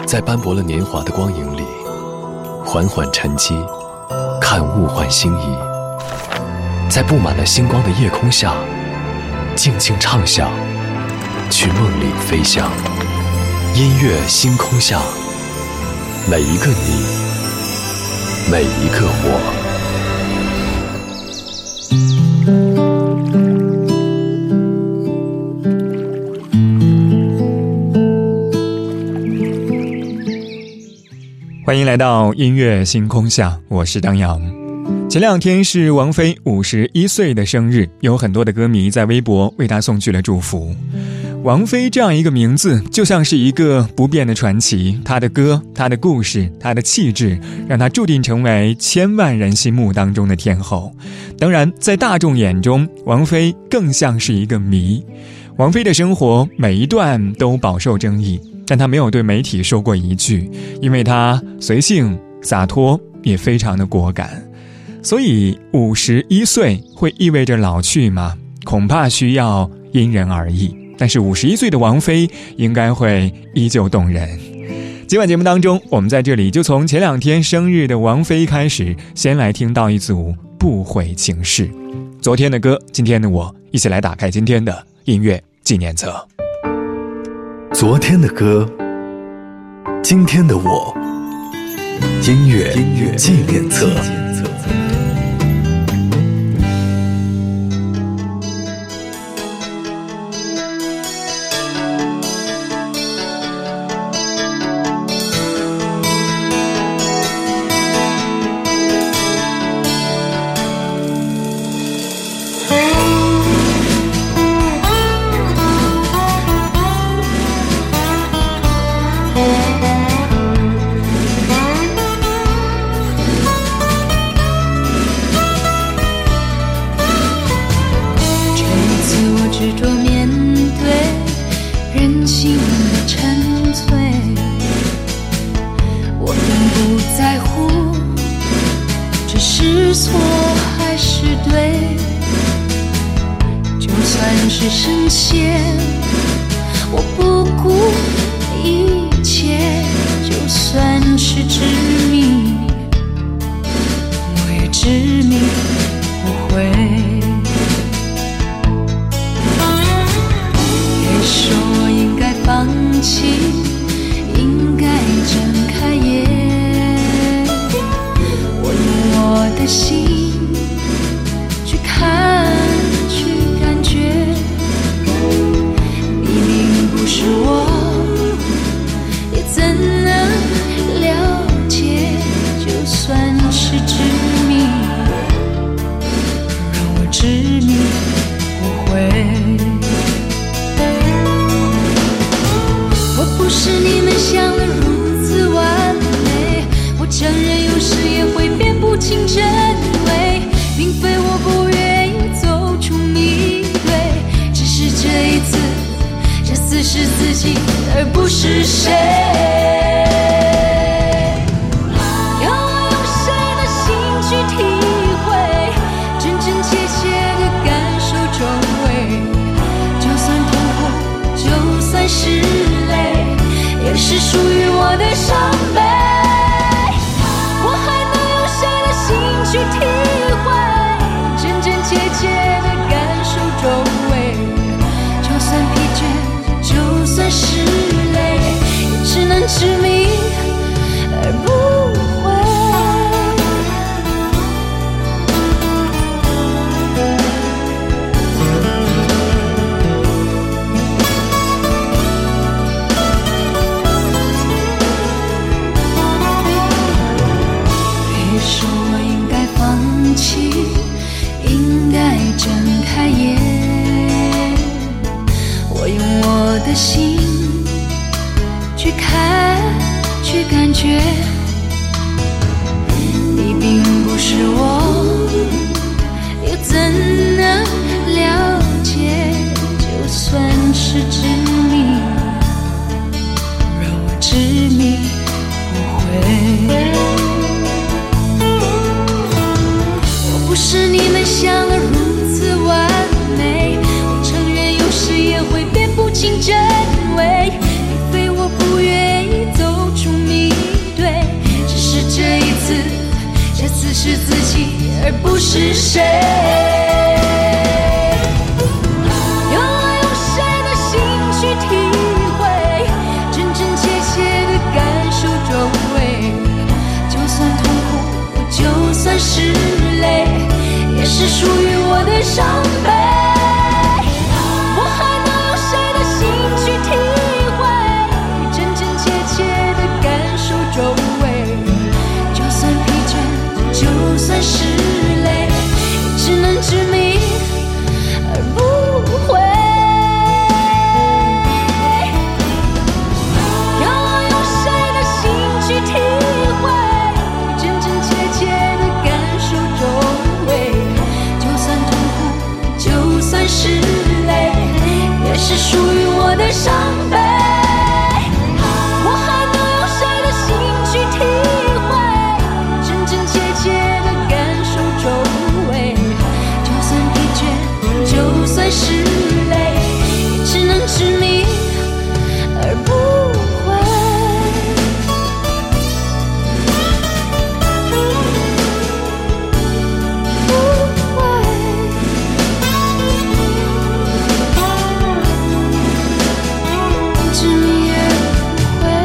在斑驳了年华的光影里缓缓沉积，看物换星移，在布满了星光的夜空下静静畅想，去梦里飞翔。音乐星空下，每一个你，每一个我。 欢迎来到音乐星空下，我是张扬。前两天是王菲51岁的生日，有很多的歌迷在微博为她送去了祝福。王菲这样一个名字就像是一个不变的传奇，她的歌，她的故事，她的气质，让她注定成为千万人心目当中的天后。当然在大众眼中，王菲更像是一个谜。王菲的生活每一段都饱受争议，但她没有对媒体说过一句，因为她随性洒脱，也非常的果敢。所以51岁会意味着老去吗？恐怕需要因人而异，但是51岁的王菲应该会依旧动人。今晚节目当中，我们在这里就从前两天生日的王菲开始，先来听到一组不悔情事。昨天的歌，今天的我，一起来打开今天的音乐纪念册。 昨天的歌，今天的我，音乐纪念册。 是错还是对，就算是深陷，我不顾一切，就算是执迷，我也执迷不悔。别说应该放弃，应该睁开眼，我的心去看，去感觉，明明不是我，也怎能了解？就算是执迷，让我执迷不悔。我不是你们想的如此完美，我承认有时也会变不清真伪，并非我不愿意走出迷堆，只是这一次，这次是自己而不是谁。要我用谁的心去体会，真真切切的感受周围，就算痛苦，就算是泪，也是属于我的伤悲。去体会，真真切切的感受周围，就算疲倦，就算是累，也只能执迷而不悔。别说应该睁开眼，我用我的心去看，去感觉，你并不是我，又怎能了解？就算是执迷，让我执迷不悔。不是你们想的如此完美，我承认有时也会变不清真伪，并非我不愿意走出谁？要我用谁的心去体会，真真切切的感受周围？就算痛苦，就算是泪，也是属于我的伤悲。我还能用谁的心去体会，真真切切的感受周围？就算疲倦，就算是累，只能执迷而不悔。要我用谁的心去体会，真真切切的感受周围？就算痛苦，就算是泪，也是属于我的伤悲。我还能用谁的心去体会，真真切切的感受周围？就算疲倦，就算是累，也只能执迷而不悔。执迷而不悔。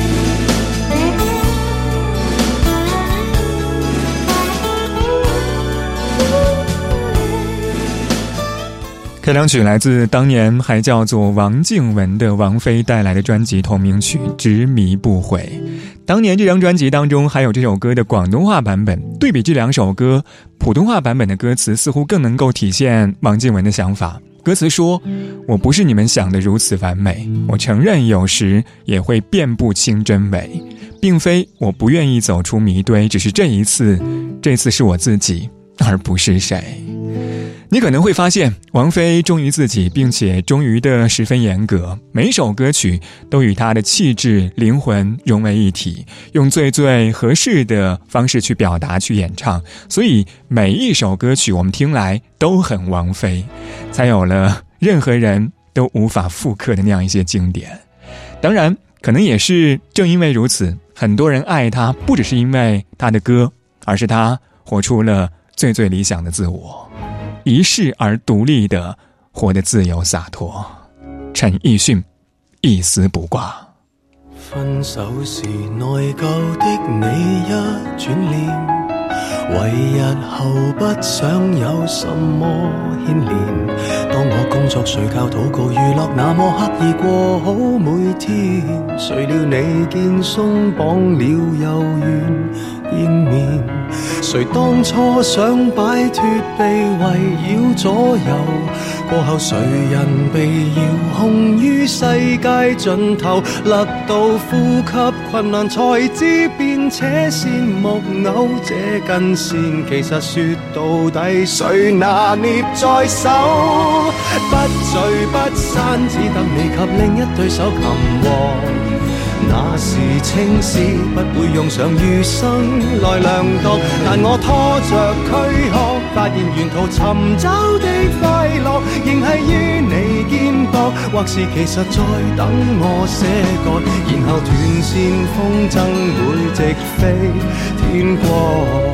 开场曲来自当年还叫做王靖雯的王菲带来的专辑同名曲《执迷不悔》。当年这张专辑当中还有这首歌的广东话版本，对比这两首歌，普通话版本的歌词似乎更能够体现王靖雯的想法。歌词说，我不是你们想的如此完美，我承认有时也会辨不清真伪，并非我不愿意走出迷堆，只是这次是我自己，而不是谁。你可能会发现，王菲忠于自己，并且忠于的十分严格，每一首歌曲都与她的气质、灵魂融为一体，用最合适的方式去表达、去演唱，所以每一首歌曲我们听来都很王菲，才有了任何人都无法复刻的那样一些经典。当然，可能也是正因为如此，很多人爱她，不只是因为她的歌，而是她活出了最理想的自我，一世而独立的活得自由洒脱。陈奕迅，一絲不掛。 分手時內疚的你一轉臉，為日後不想有什麼牽連。當我工作睡覺禱告娛樂那麼刻意過好每天，誰料你見鬆綁了又願見面。誰當初想擺脫被圍繞左右，過後誰人被遙控於世界盡頭，勒到呼吸困難才知變且羨木偶這根線，其實說到底誰拿捏在手，不聚不散，只得你及另一對手擒獲。那時情事不會用上餘生來量度，但我拖着軀殼，發現沿途尋找的快樂，仍係於你肩膊，或是其實在等我寫歌，然後斷線風箏會直飛天國。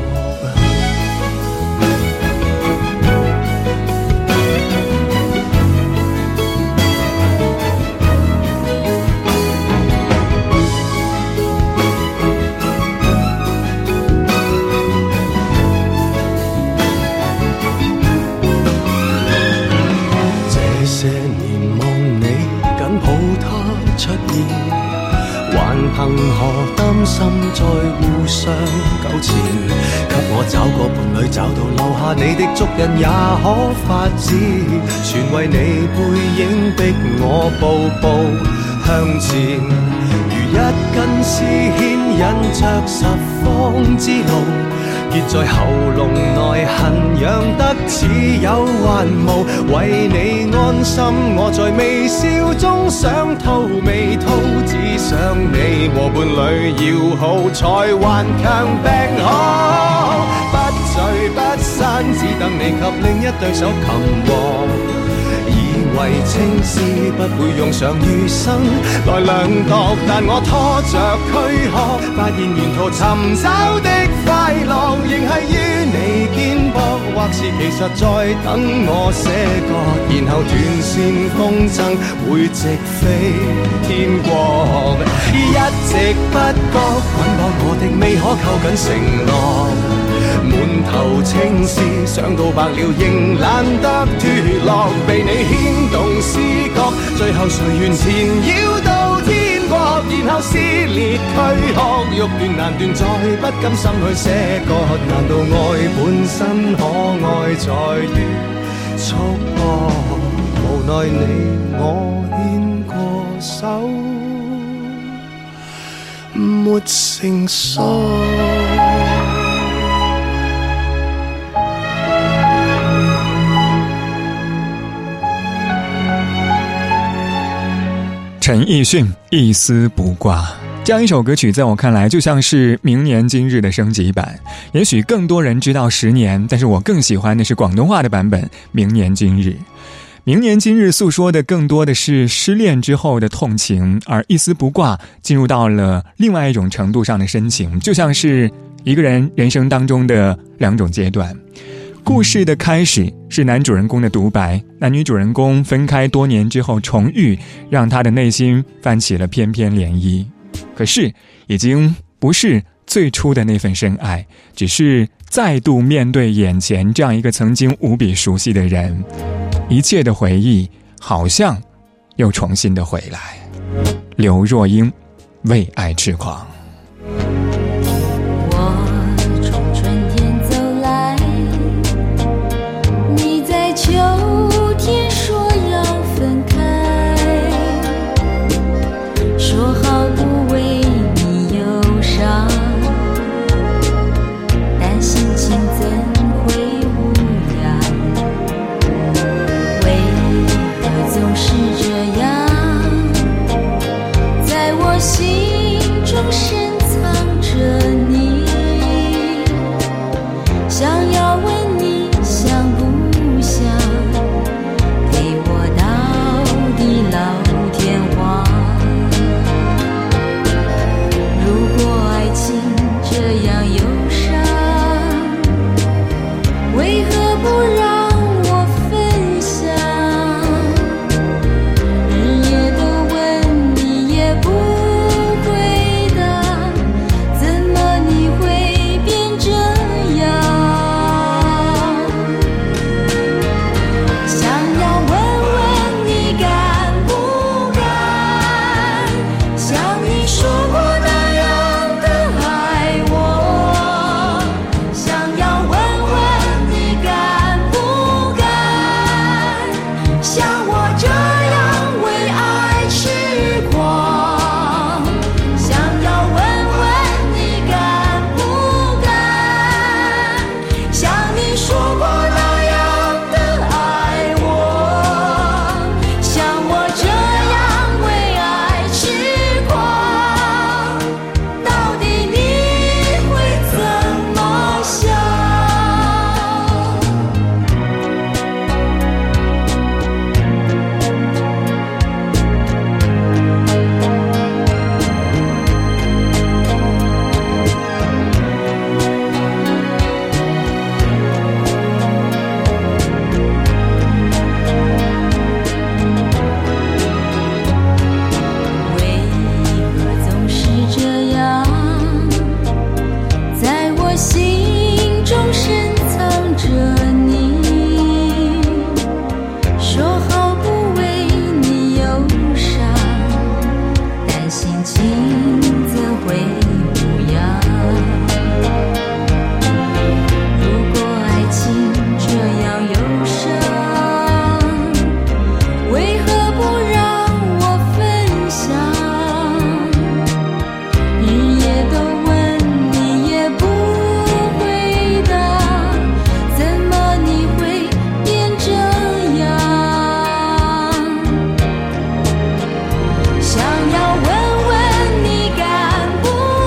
憑何擔心再互相糾纏，給我找個伴侶，找到留下你的足印也可發展，全為你背影逼我步步向前，如一根絲牽引着十方之路，結在喉嚨內痕癢得似有還無，為你安心我在微笑中想吐未吐，只想你和伴侶要好才頑強病好，不聚不散，只等你及另一對手擒獲，以為情事不會用上餘生來量度，但我拖着軀殼，發現沿途尋找的快樂，仍係於你肩膊， 覺，或是其實在等我寫歌，然後斷線風箏會直飛天國。一直不覺捆綁我的未可扣緊承諾，滿頭青絲，想到白了仍懶得脫落，被你牽動思覺，最後誰願纏繞到天國，然後撕裂軀殼，欲斷難斷，再不甘心去捨割，難道愛本身可愛在於束縛？無奈你我牽過手，沒成熟。 陈奕迅一丝不挂，这样一首歌曲在我看来就像是明年今日的升级版，也许更多人知道10年，但是我更喜欢的是广东话的版本明年今日。明年今日诉说的更多的是失恋之后的痛情，而一丝不挂进入到了另外一种程度上的深情，就像是一个人人生当中的2种阶段。故事的开始是男主人公的独白，男女主人公分开多年之后重遇，让他的内心泛起了翩翩涟漪。可是已经不是最初的那份深爱，只是再度面对眼前这样一个曾经无比熟悉的人，一切的回忆好像又重新的回来。刘若英，为爱痴狂。 想要问问你敢不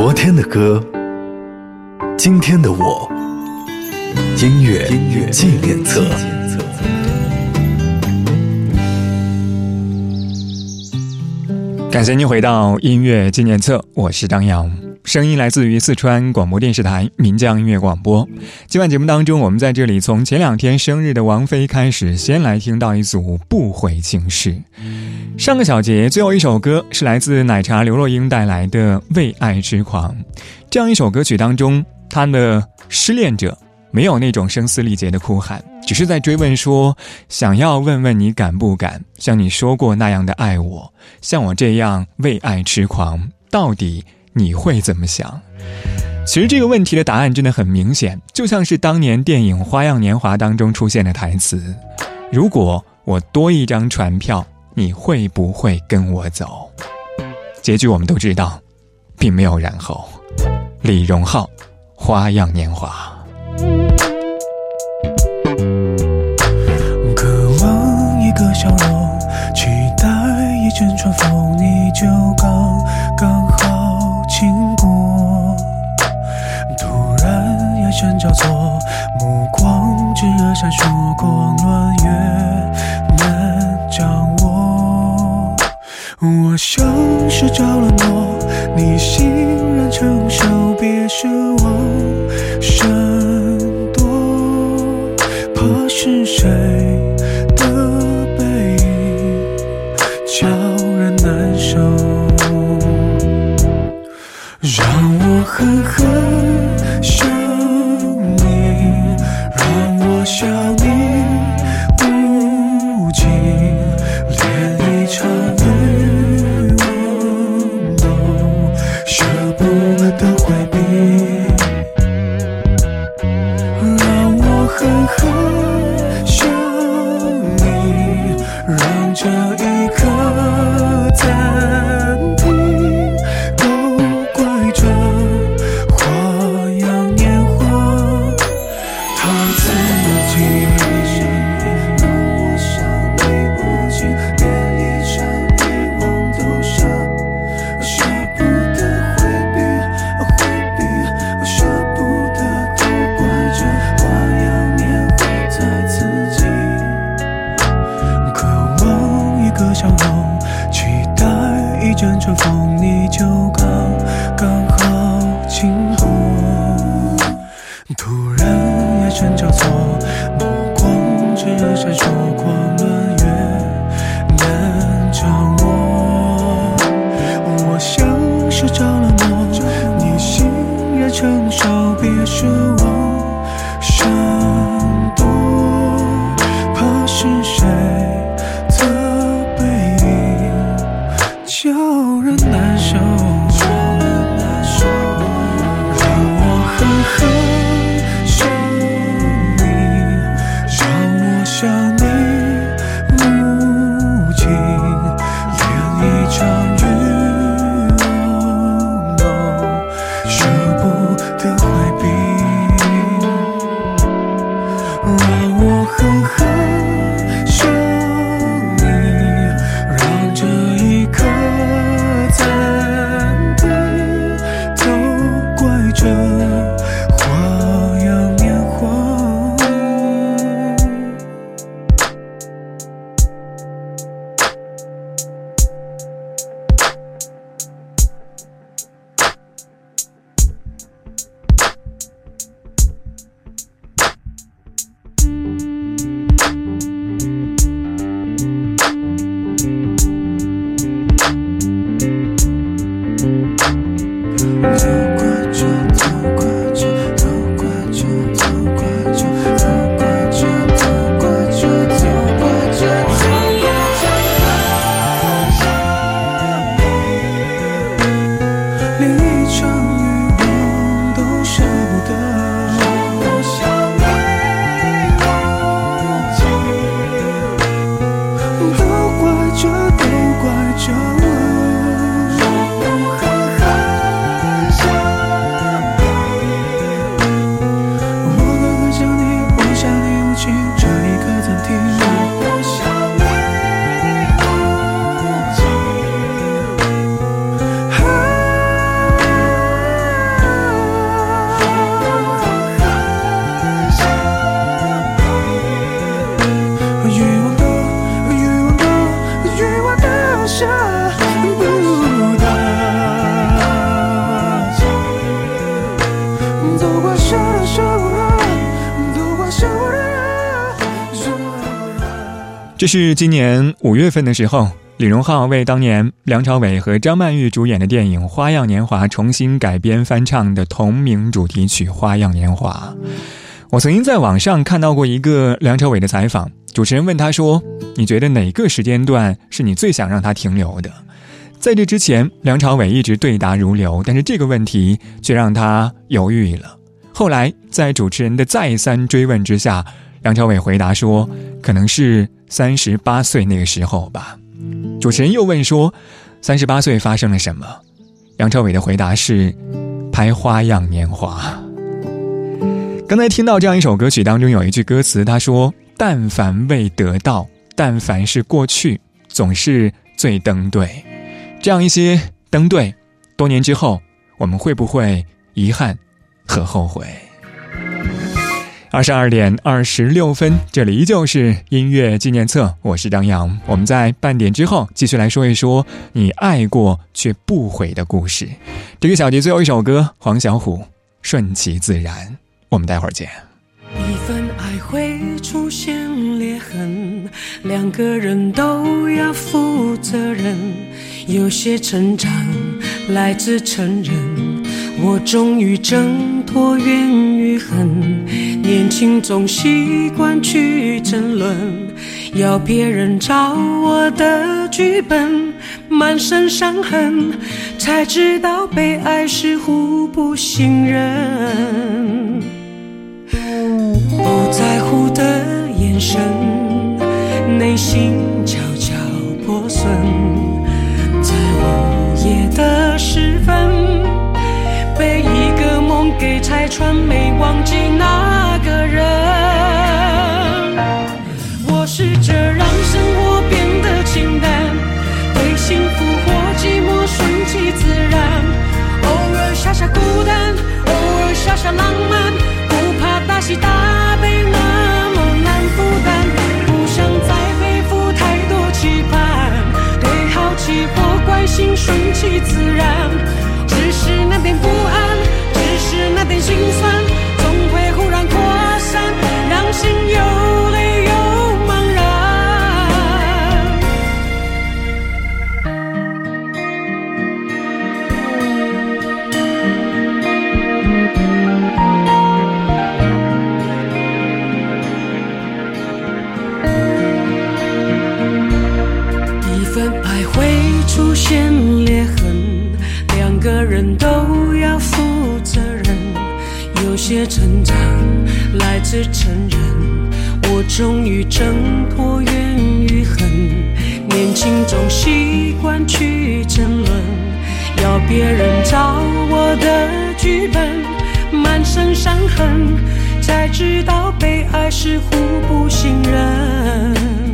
昨天的歌，今天的我，音乐纪念册。 感谢您回到音乐纪念册，我是张扬，声音来自于四川广播电视台岷江音乐广播。今晚节目当中，我们在这里从前2天生日的王菲开始，先来听到一组不悔情事。上个小节最后一首歌是来自奶茶刘若英带来的《为爱痴狂》。这样一首歌曲当中，她的失恋者没有那种声嘶力竭的哭喊，只是在追问说，想要问问你敢不敢像你说过那样的爱我，像我这样为爱痴狂，到底你会怎么想？其实这个问题的答案真的很明显，就像是当年电影《花样年华》当中出现的台词，如果我多一张船票，你会不会跟我走？结局我们都知道，并没有然后。李荣浩，《花样年华》。 渴望一个笑容，期待一阵春风，你就刚好经过。突然眼神交错，目光炙热闪烁，光暖越难掌握。我像是着了魔，你欣然承受，别奢望闪躲，怕是谁的背影叫人难受，让我狠狠想你，让我笑你无情，连一场欲望都舍不得回避，让我狠狠想你，让这一刻暂停，都怪这花样年华太刺激，让我想你无情，连一场欲望都舍不得回避，舍不得，都怪这花样年华太刺激。渴望一个笑容，期待一阵春风，你就刚好经过。突然眼神交错，目光炙热闪烁，光暖越难掌握。我像是着了魔，你欣然承受，别奢望闪躲，怕是谁的背影叫人难受，让我狠狠想你，让我想你无情，连一场欲望都舍不得回避，让我狠狠想你，让这一刻暂停，都怪这花样年华。都怪这这是今年5月份的时候，李荣浩为当年梁朝伟和张曼玉主演的电影《花样年华》重新改编翻唱的同名主题曲《花样年华》。我曾经在网上看到过一个梁朝伟的采访，主持人问他说，你觉得哪个时间段是你最想让他停留的？在这之前，梁朝伟一直对答如流，但是这个问题却让他犹豫了。后来在主持人的再三追问之下，梁朝伟回答说，可能是38岁那个时候吧。主持人又问说，38岁发生了什么？梁朝伟的回答是，拍《花样年华》。刚才听到这样一首歌曲当中有一句歌词，他说，但凡未得到，但凡是过去，总是最登对。这样一些登对，多年之后我们会不会遗憾和后悔？22点26分，这里依旧是音乐纪念册，我是张扬。我们在半点之后继续来说一说你爱过却不悔的故事。这个小节最后一首歌，黄小琥，顺其自然。我们待会儿见。 一份爱会出现裂痕，两个人都要负责任。有些成长来自承认，我终于挣脱怨与恨。年轻总习惯去争论，要别人照我的剧本，满身伤痕，才知道被爱是互不信任。不在乎的眼神，内心悄悄破损，在午夜的时分，被一个梦给拆穿，没忘记那个人。我试着让生活变得清淡，对幸福或寂寞顺其自然，偶尔下下孤单，偶尔下下浪漫，不怕大喜大悲那么难负担，不想再背负太多期盼，对好奇或关心顺其自然，只是那点不安，只是那点心酸，总会忽然扩散，让心又累又茫然。一份爱会出现裂痕，两个人都要负责任。有些成长来自承认，我终于挣脱怨与恨。年轻总习惯去争论，要别人照我的剧本，满身伤痕，才知道被爱是互不信任。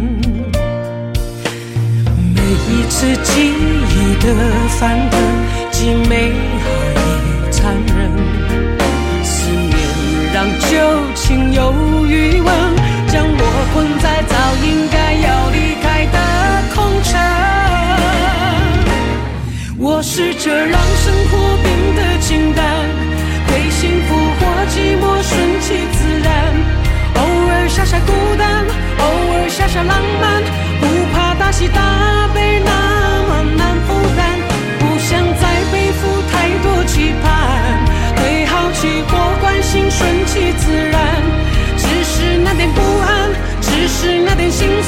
每一次记忆的翻腾，既美好也残忍，思念让旧情有余温，将我困在早应该要离开的空城。我试着让生活变得清淡，对幸福或寂寞顺其自然，偶尔下下孤单，偶尔下下浪漫，不怕大喜大悲那么难负担，不想再背负太多期盼，对好奇或关心顺其自然，只是那点不安，只是那点心